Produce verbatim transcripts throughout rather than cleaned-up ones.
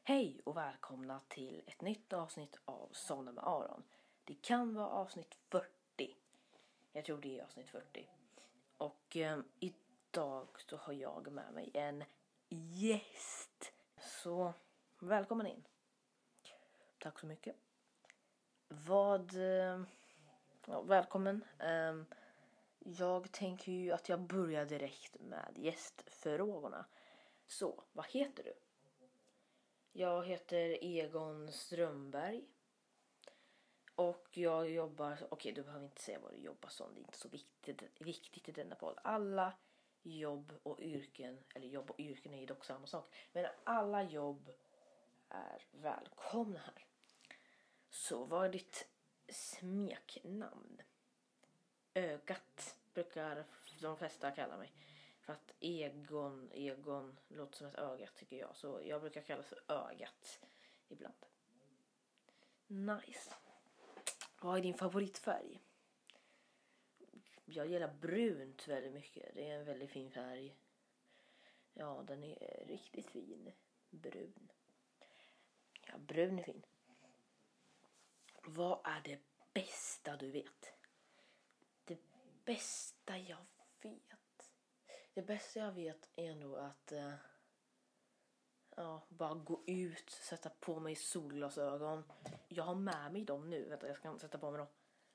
Hej och välkomna till ett nytt avsnitt av Somna med Aron. Det kan vara avsnitt fyrtio. Jag tror det är avsnitt fyrtio. Och eh, idag så har jag med mig en gäst. Så välkommen in. Tack så mycket. Vad... Eh, ja, välkommen. Eh, jag tänker ju att jag börjar direkt med gästfrågorna. Så, vad heter du? Jag heter Egon Strömberg. Och jag jobbar... Okej, okay, du behöver inte säga vad du jobbar som. Det är inte så viktigt, viktigt i denna podd. Alla jobb och yrken... Eller jobb och yrken är ju dock samma sak. Men alla jobb är välkomna här. Så vad är ditt smeknamn? Ögat brukar de flesta kalla mig. För att Egon, Egon låter som ett öga tycker jag. Så jag brukar kalla för ögat ibland. Nice. Vad är din favoritfärg? Jag gillar brunt väldigt mycket. Det är en väldigt fin färg. Ja, den är riktigt fin. Brun. Ja, brun är fin. Vad är det bästa du vet? Det bästa jag vet? Det bästa jag vet är nog att uh, ja, bara gå ut, sätta på mig solglasögon. Jag har med mig dem nu. Vänta, jag ska sätta på mig dem.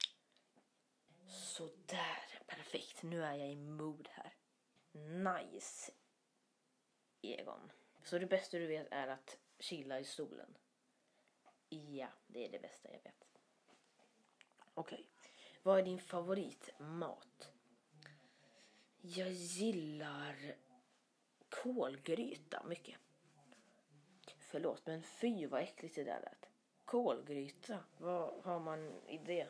Så där, perfekt. Nu är jag i mood här. Nice. Egon. Så det bästa du vet är att chilla i solen. Ja, det är det bästa jag vet. Okej. Okay. Vad är din favoritmat? Jag gillar kålgryta mycket. Förlåt, men fy vad äckligt det där lät. Kålgryta, vad har man i det?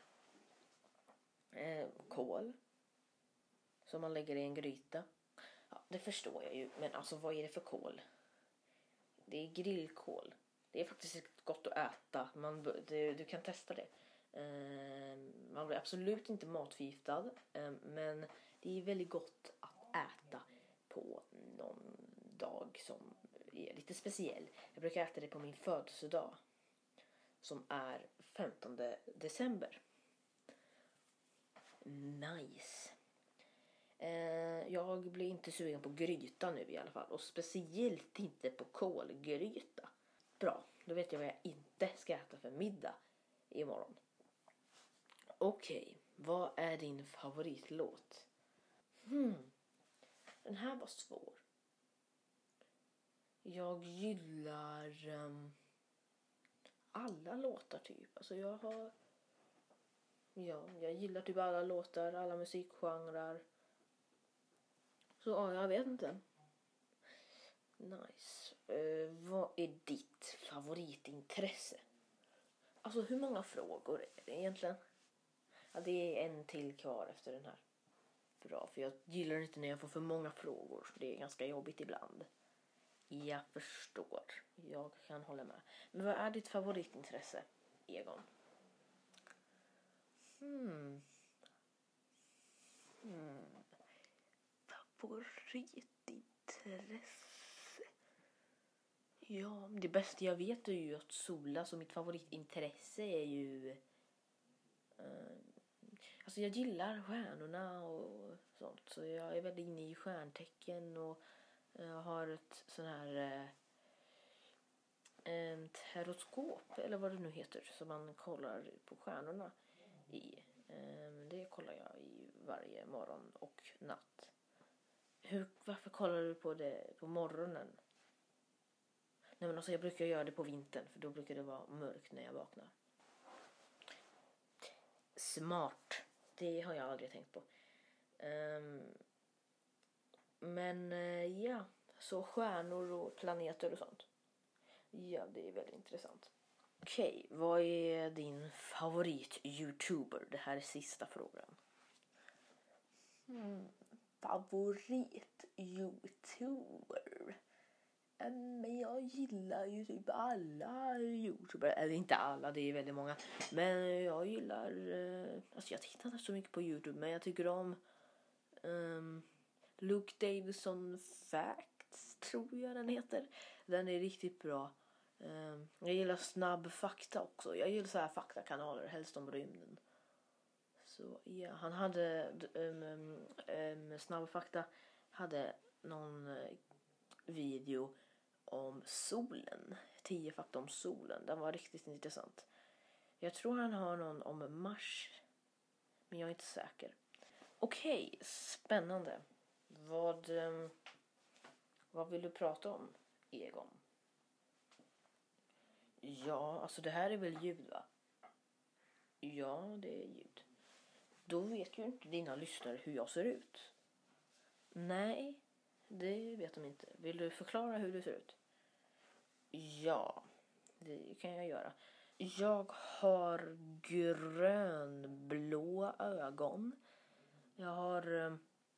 Eh, kål. Som man lägger i en gryta. Ja, det förstår jag ju. Men alltså, vad är det för kål? Det är grillkål. Det är faktiskt riktigt gott att äta. Man, det, du kan testa det. Eh, man blir absolut inte matförgiftad. Eh, men det är väldigt gott att äta på någon dag som är lite speciell. Jag brukar äta det på min födelsedag. Som är femtonde december. Nice. Eh, jag blir inte sugen på gryta nu i alla fall. Och speciellt inte på kålgryta. Bra, då vet jag vad jag inte ska äta för middag imorgon. Okej, okay, vad är din favoritlåt? Hmm, den här var svår. Jag gillar um, alla låtar typ. Alltså jag har... Ja, jag gillar typ alla låtar, alla musikgenrer. Så ja, jag vet inte. Nice. Uh, vad är ditt favoritintresse? Alltså hur många frågor är det egentligen? Ja, det är en till kvar efter den här. Bra, för jag gillar inte när jag får för många frågor. Det är ganska jobbigt ibland. Jag förstår. Jag kan hålla med. Men vad är ditt favoritintresse, Egon? Hmm. Hmm. Favoritintresse? Ja, det bästa jag vet är ju att sola. Så mitt favoritintresse är ju... Uh, alltså jag gillar stjärnorna och sånt. Så jag är väldigt inne i stjärntecken och jag har ett sån här eh, en taroskop eller vad det nu heter som man kollar på stjärnorna i. Eh, det kollar jag i varje morgon och natt. Hur, varför kollar du på det på morgonen? Nej men alltså jag brukar göra det på vintern för då brukar det vara mörkt när jag vaknar. Smart. Det har jag aldrig tänkt på. Um, men uh, ja, så stjärnor och planeter och sånt. Ja, det är väldigt intressant. Okej, okay, vad är din favorit-youtuber? Det här är sista frågan. Hmm, favorit-youtuber? Men jag gillar ju typ alla youtubers. Eller inte alla, det är väldigt många. Men jag gillar... Alltså jag tittar inte så mycket på YouTube. Men jag tycker om... Um, Luke Davison Facts, tror jag den heter. Den är riktigt bra. Um, jag gillar snabb fakta också. Jag gillar så här faktakanaler, helst om rymden. Så ja, han hade um, um, snabb fakta hade någon uh, video om solen. tio fakta om solen. Den var riktigt intressant. Jag tror han har någon om Mars, men jag är inte säker. Okej, okay, spännande. Vad um, vad vill du prata om, Egon? Ja, alltså det här är väl ljud, va? Ja, det är ljud. Då vet ju inte dina lyssnare hur jag ser ut. Nej, det vet de inte. Vill du förklara hur du ser ut? Ja, det kan jag göra. Jag har grönblå ögon. Jag har um,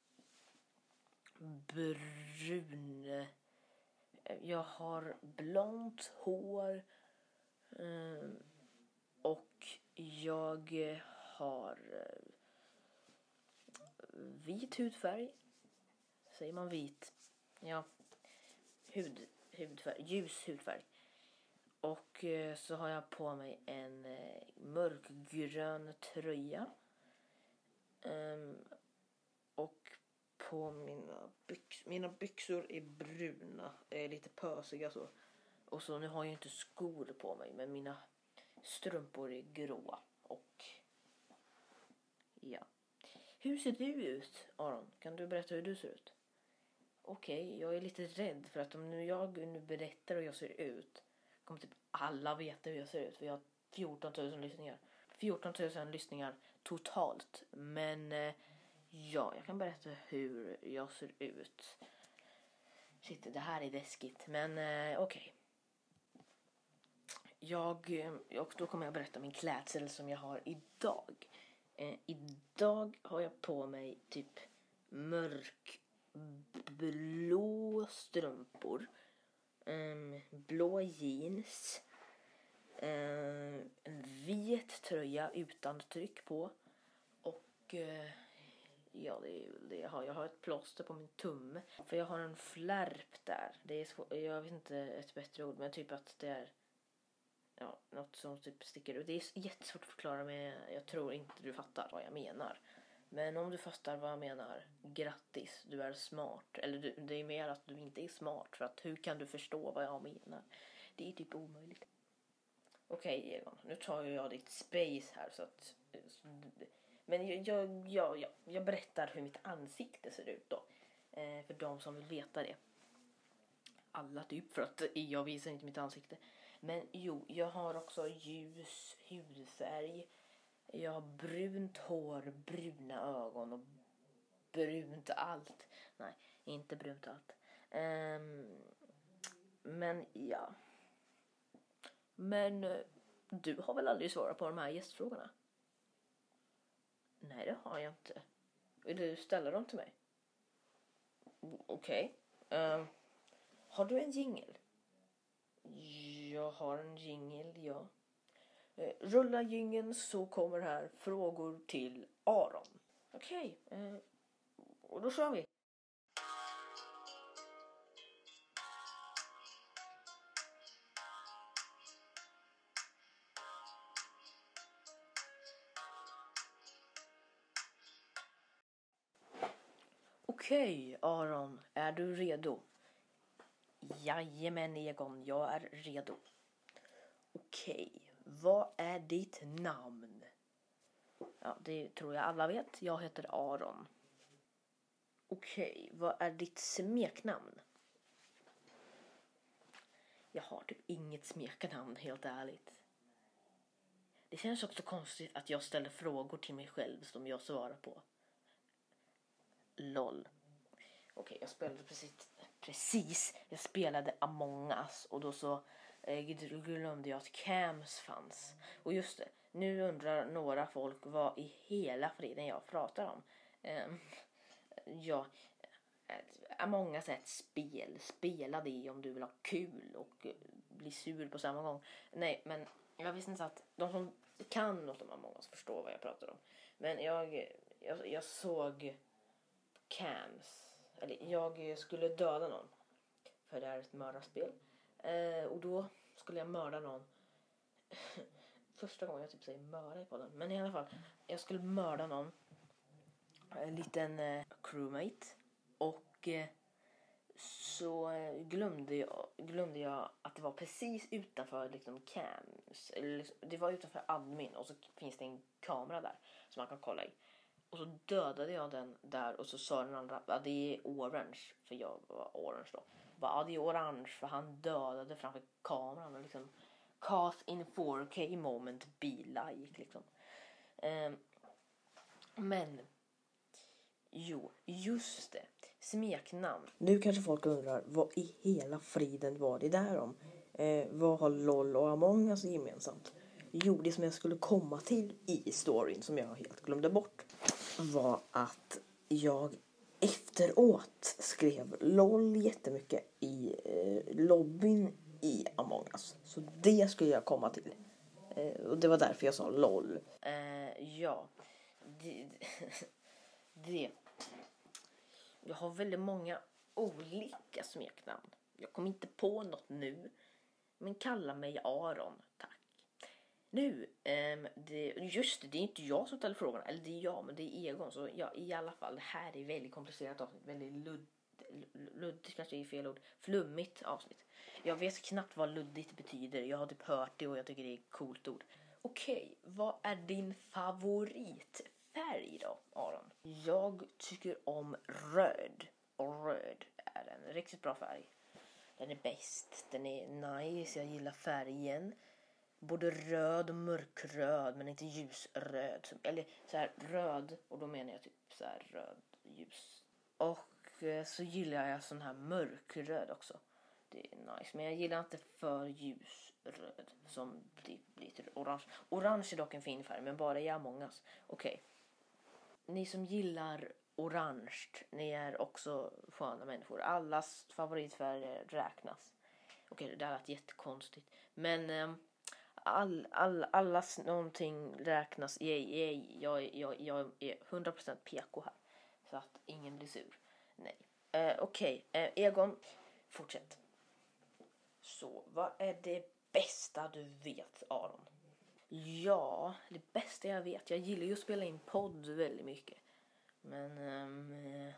brun... Jag har blont hår. Um, och jag har uh, vit hudfärg. Säger man vit? Ja. Hud, hudfärg, ljus hudfärg. Och uh, så har jag på mig en uh, mörkgrön tröja. Um, och på mina byxor. Mina byxor är bruna. Är lite pösiga så. Och så nu har jag inte skor på mig. Men mina strumpor är gråa. Och ja. Hur ser du ut, Aron? Kan du berätta hur du ser ut? Okej, okay, jag är lite rädd. För att om nu jag nu berättar hur jag ser ut, kommer typ alla veta hur jag ser ut. Vi har fjorton tusen lyssningar. fjorton tusen lyssningar totalt. Men eh, ja, jag kan berätta hur jag ser ut. Shit, det här är läskigt. Men eh, okej. Okay. Jag, och då kommer jag berätta min klädsel som jag har idag. Eh, idag har jag på mig typ mörkblå strumpor. Eh, blå jeans. Eh, en vit tröja utan tryck på. Och eh, ja, det är det jag har. Jag har ett plåster på min tumme. För jag har en flärp där. Det är svår, jag vet inte ett bättre ord, men typ att det är ja, något som typ sticker ut. Det är jättesvårt att förklara, men jag tror inte du fattar vad jag menar. Men om du fattar vad jag menar, grattis, du är smart. Eller du, det är mer att du inte är smart, för att hur kan du förstå vad jag menar? Det är typ omöjligt. Okej, okay, Egon, nu tar jag ditt space här så att... Men jag, jag, jag, jag berättar hur mitt ansikte ser ut då. Eh, för de som vill veta det. Alla typ, för att jag visar inte mitt ansikte. Men jo, jag har också ljus hudfärg. Jag har brunt hår, bruna ögon och brunt allt. Nej, inte brunt allt. Um, men ja. Men du har väl aldrig svarat på de här gästfrågorna? Nej, det har jag inte. Vill du ställa dem till mig? Okej. Okay. Um, har du en jingle? Jag har en jingle, ja. Uh, rulla jingeln så kommer här frågor till Aron. Okej. Okay. Uh, och då kör vi. Okej, Aron, är du redo? Jajamän, Egon, jag är redo. Okej, vad är ditt namn? Ja, det tror jag alla vet. Jag heter Aron. Okej, vad är ditt smeknamn? Jag har typ inget smeknamn, helt ärligt. Det känns också konstigt att jag ställer frågor till mig själv som jag svarar på. Lol. Okej, jag spelade precis, precis. Jag spelade Among Us och då så eh, glömde jag att cams fanns. Och just det, nu undrar några folk vad i hela friden jag pratar om. Eh, ja, Among Us är ett spel. Spela det om du vill ha kul och eh, bli sur på samma gång. Nej, men jag visste inte att de som kan något om Among Us förstår vad jag pratar om. Men jag, jag, jag såg cams. Eller jag skulle döda någon. För det är ett mördarspel. Eh, och då skulle jag mörda någon. Första gången jag typ säger mörda i podden. Men i alla fall, jag skulle mörda någon. En liten eh, crewmate. Och eh, så eh, glömde, jag, glömde jag att det var precis utanför liksom cams. Eller, liksom, det var utanför admin. Och så finns det en kamera där som man kan kolla i. Och så dödade jag den där och så sa den andra, ja, det är orange, för jag var orange då. Bara, ja, det är orange för han dödade framför kameran och liksom cast in four K moment be like liksom. Um, men jo, just det. Smeknamn. Nu kanske folk undrar, vad i hela friden var det där om? Eh, vad har LOL och Among Us gemensamt? Jo, det som jag skulle komma till i storyn som jag helt glömde bort var att jag efteråt skrev LOL jättemycket i eh, lobbyn i Among Us. Så det skulle jag komma till. Eh, och det var därför jag sa LOL. Eh, ja, det, det. Jag har väldigt många olika smeknamn. Jag kom inte på något nu. Men kalla mig Aron, tack. Nu, um, det, just det, det är inte jag som ställer frågorna. Eller det är jag, men det är Egon. Så ja, i alla fall, det här är väldigt komplicerat avsnitt. Väldigt ludd, ludd kanske är fel ord. Flummigt avsnitt. Jag vet knappt vad luddigt betyder. Jag har typ hört det och jag tycker det är ett coolt ord. Okej, vad är din favoritfärg då, Aron? Jag tycker om röd. Och röd är en riktigt bra färg. Den är bäst. Den är nice. Jag gillar färgen. Både röd och mörkröd, men inte ljusröd. Eller så här röd, och då menar jag typ så här röd ljus. Och eh, så gillar jag sån här mörkröd också. Det är nice, men jag gillar inte för ljusröd som blir lite orange. Orange är dock en fin färg, men bara i Among Us. Okej. Okay. Ni som gillar orange, ni är också sköna människor. Allas favoritfärger räknas. Okej, okay, det där lät jättekonstigt. Men eh, all, all, allas någonting räknas. Jag, jag, jag, jag, jag är hundra procent P K här. Så att ingen blir sur. Nej. Eh, Okej, okay. eh, Egon, fortsätt. Så, vad är det bästa du vet, Aron? Ja, det bästa jag vet. Jag gillar ju att spela in podd väldigt mycket. Men um, eh,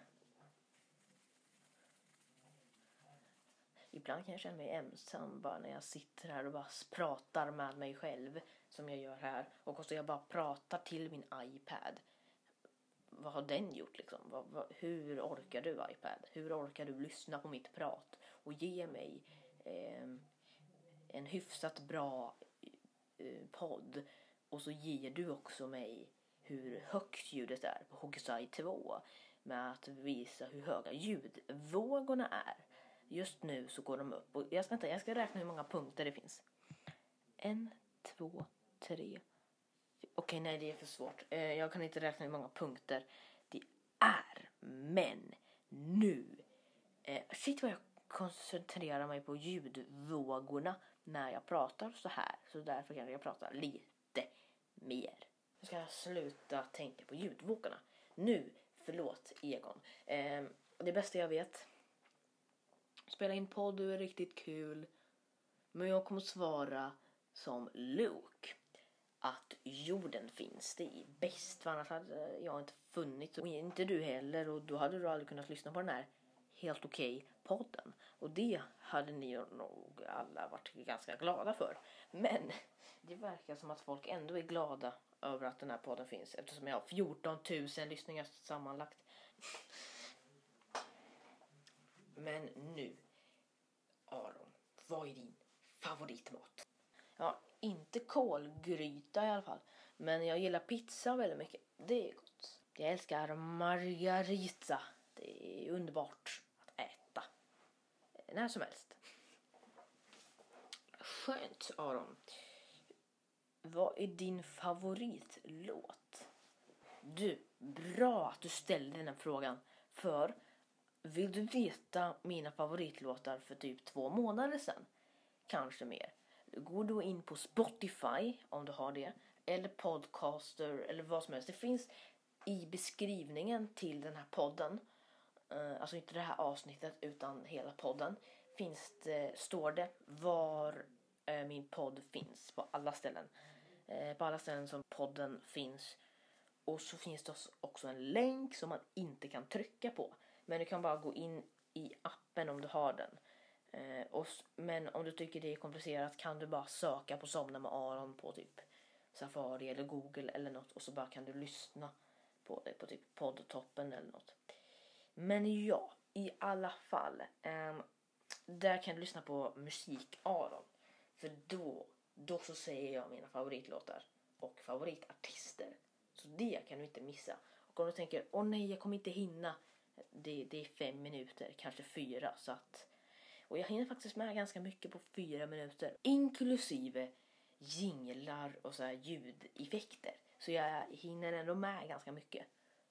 ibland kan jag känna mig ensam bara när jag sitter här och bara pratar med mig själv som jag gör här. Och så jag bara pratar till min iPad. Vad har den gjort liksom? Vad, vad, hur orkar du, iPad? Hur orkar du lyssna på mitt prat och ge mig eh, en hyfsat bra eh, podd? Och så ger du också mig hur högt ljudet är på Hokusai två med att visa hur höga ljudvågorna är. Just nu så går de upp. Och jag ska, inte, jag ska räkna hur många punkter det finns. En, två, tre. Okej, nej, det är för svårt. Eh, jag kan inte räkna hur många punkter det är. Men nu. Eh, shit vad jag koncentrerar mig på ljudvågorna när jag pratar så här. Så därför kan jag prata lite mer. Nu ska jag sluta tänka på ljudvågorna. Nu, förlåt Egon. Eh, det bästa jag vet. Spela in podd, du är riktigt kul. Men jag kommer svara som Luke. Att jorden finns, det är bäst. För annars hade jag inte funnits. Och inte du heller. Och då hade du aldrig kunnat lyssna på den här helt okej podden. Och det hade ni nog alla varit ganska glada för. Men det verkar som att folk ändå är glada över att den här podden finns. Eftersom jag har fjorton tusen lyssningar sammanlagt. Men nu, Aron, vad är din favoritmat? Ja, inte kolgryta i alla fall. Men jag gillar pizza väldigt mycket. Det är gott. Jag älskar margarita. Det är underbart att äta. När som helst. Skönt, Aron. Vad är din favoritlåt? Du, bra att du ställde den här frågan. För vill du veta mina favoritlåtar för typ två månader sedan? Kanske mer. Går då in på Spotify om du har det. Eller Podcaster eller vad som helst. Det finns i beskrivningen till den här podden. Alltså inte det här avsnittet utan hela podden. Finns det, står det var där min podd finns. På alla ställen. Eh, på alla ställen som podden finns. Och så finns det också en länk som man inte kan trycka på. Men du kan bara gå in i appen om du har den. Eh, och, men om du tycker det är komplicerat kan du bara söka på Somna med Aron på typ Safari eller Google eller något. Och så bara kan du lyssna på det på typ poddtoppen eller något. Men ja, i alla fall. Eh, där kan du lyssna på Musik Aron. För då, då så säger jag mina favoritlåtar och favoritartister. Så det kan du inte missa. Och om du tänker, åh nej jag kommer inte hinna. Det, det är fem minuter, kanske fyra. Så att, och jag hinner faktiskt med ganska mycket på fyra minuter. Inklusive jinglar och så här ljudeffekter. Så jag hinner ändå med ganska mycket.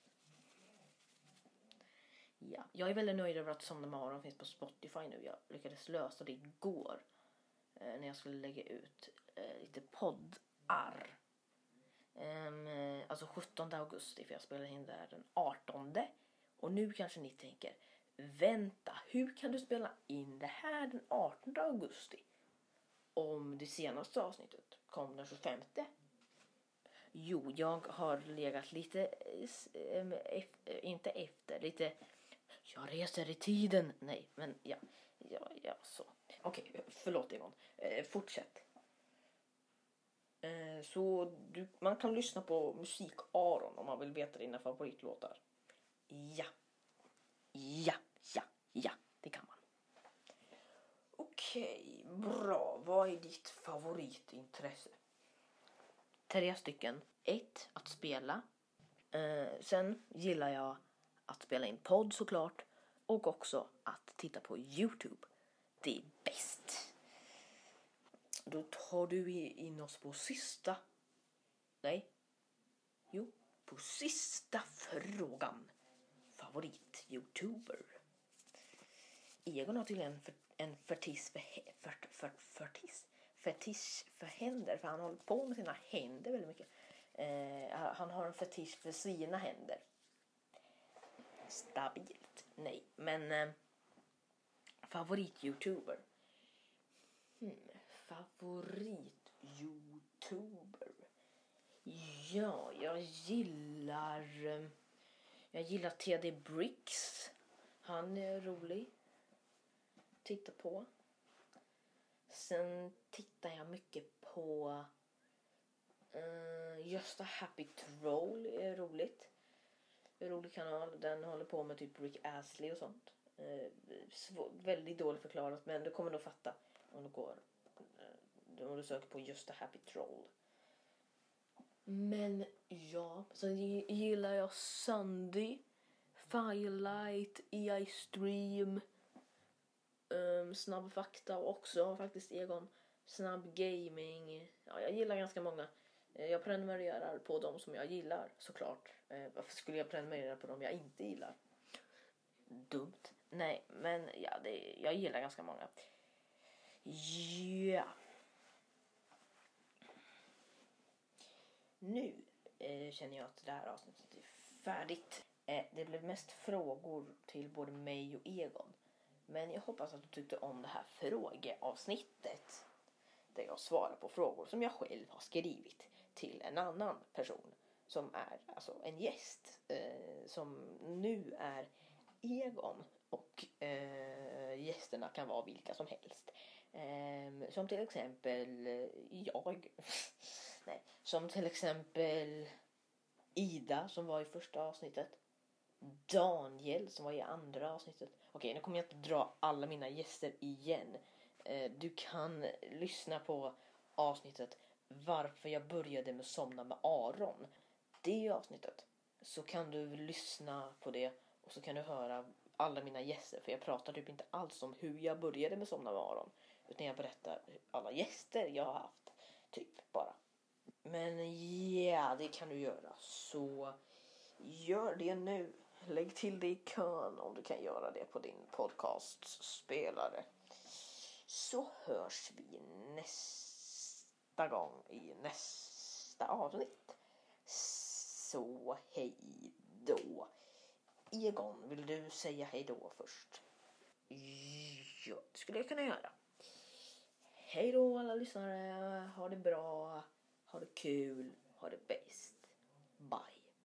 Ja, jag är väldigt nöjd över att Somna med Aron finns på Spotify nu. Jag lyckades lösa det igår. Eh, när jag skulle lägga ut eh, lite poddar. Um, alltså sjuttonde augusti, för jag spelade in där den artonde. Och nu kanske ni tänker, vänta, hur kan du spela in det här den artonde augusti om det senaste avsnittet kom den tjugofemte? Jo, jag har legat lite äh, äh, inte efter, lite jag reser i tiden. Nej, men ja, ja, ja så. Okej, okay, förlåt Egon. Eh, fortsätt. Så du, man kan lyssna på Musik Aron om man vill veta dina favoritlåtar. Ja. Ja, ja, ja, det kan man. Okej, bra. Vad är ditt favoritintresse? Tre stycken. Ett, att spela. Eh, sen gillar jag att spela in podd såklart. Och också att titta på YouTube. Det är bäst. Då tar du in oss på sista. Nej. Jo, på sista frågan. Favorit-youtuber. Egon har tydligen för, en fetisch för, för, för, fetisch, fetisch för händer. För han håller på med sina händer väldigt mycket. Eh, han har en fetisch för sina händer. Stabilt. Nej, men eh, favorit-youtuber. Hmm. Favorit-youtuber. Ja, jag gillar jag gillar T D Bricks. Han är rolig. Titta på. Sen tittar jag mycket på uh, Just a Happy Troll är roligt. En rolig kanal. Den håller på med typ Rick Astley och sånt. Uh, svår, väldigt dåligt förklarat, men du kommer nog fatta om du går om du söker på Just a Happy Troll. Men ja, så gillar jag Sandy, Firelight, E I Stream, um, Snabb Fakta också faktiskt Egon, Snabb Gaming. Ja, jag gillar ganska många. Jag prenumererar på dem som jag gillar såklart. Eh, varför skulle jag prenumerera på dem jag inte gillar? Dumt. Nej, men ja, det, jag gillar ganska många. Ja. Nu eh, känner jag att det här avsnittet är färdigt. Eh, det blev mest frågor till både mig och Egon. Men jag hoppas att du tyckte om det här frågeavsnittet. Där jag svarar på frågor som jag själv har skrivit till en annan person. Som är alltså en gäst. Eh, som nu är Egon. Och eh, gästerna kan vara vilka som helst. Eh, som till exempel jag. Nej, som till exempel Ida som var i första avsnittet. Daniel som var i andra avsnittet. Okej, nu kommer jag inte dra alla mina gäster igen. Eh, du kan lyssna på avsnittet Varför jag började med Somna med Aron. Det avsnittet. Så kan du lyssna på det och så kan du höra alla mina gäster. För jag pratar typ inte alls om hur jag började med Somna med Aron. Utan jag berättar alla gäster jag har haft. Typ bara. Men ja, det kan du göra. Så gör det nu. Lägg till det i kön om du kan göra det på din podcastspelare. Så hörs vi nästa gång i nästa avsnitt. Så hej då. Egon, vill du säga hej då först? Ja, det skulle jag kunna göra. hej då alla lyssnare. Ha det bra. Ha det kul. Ha det bäst.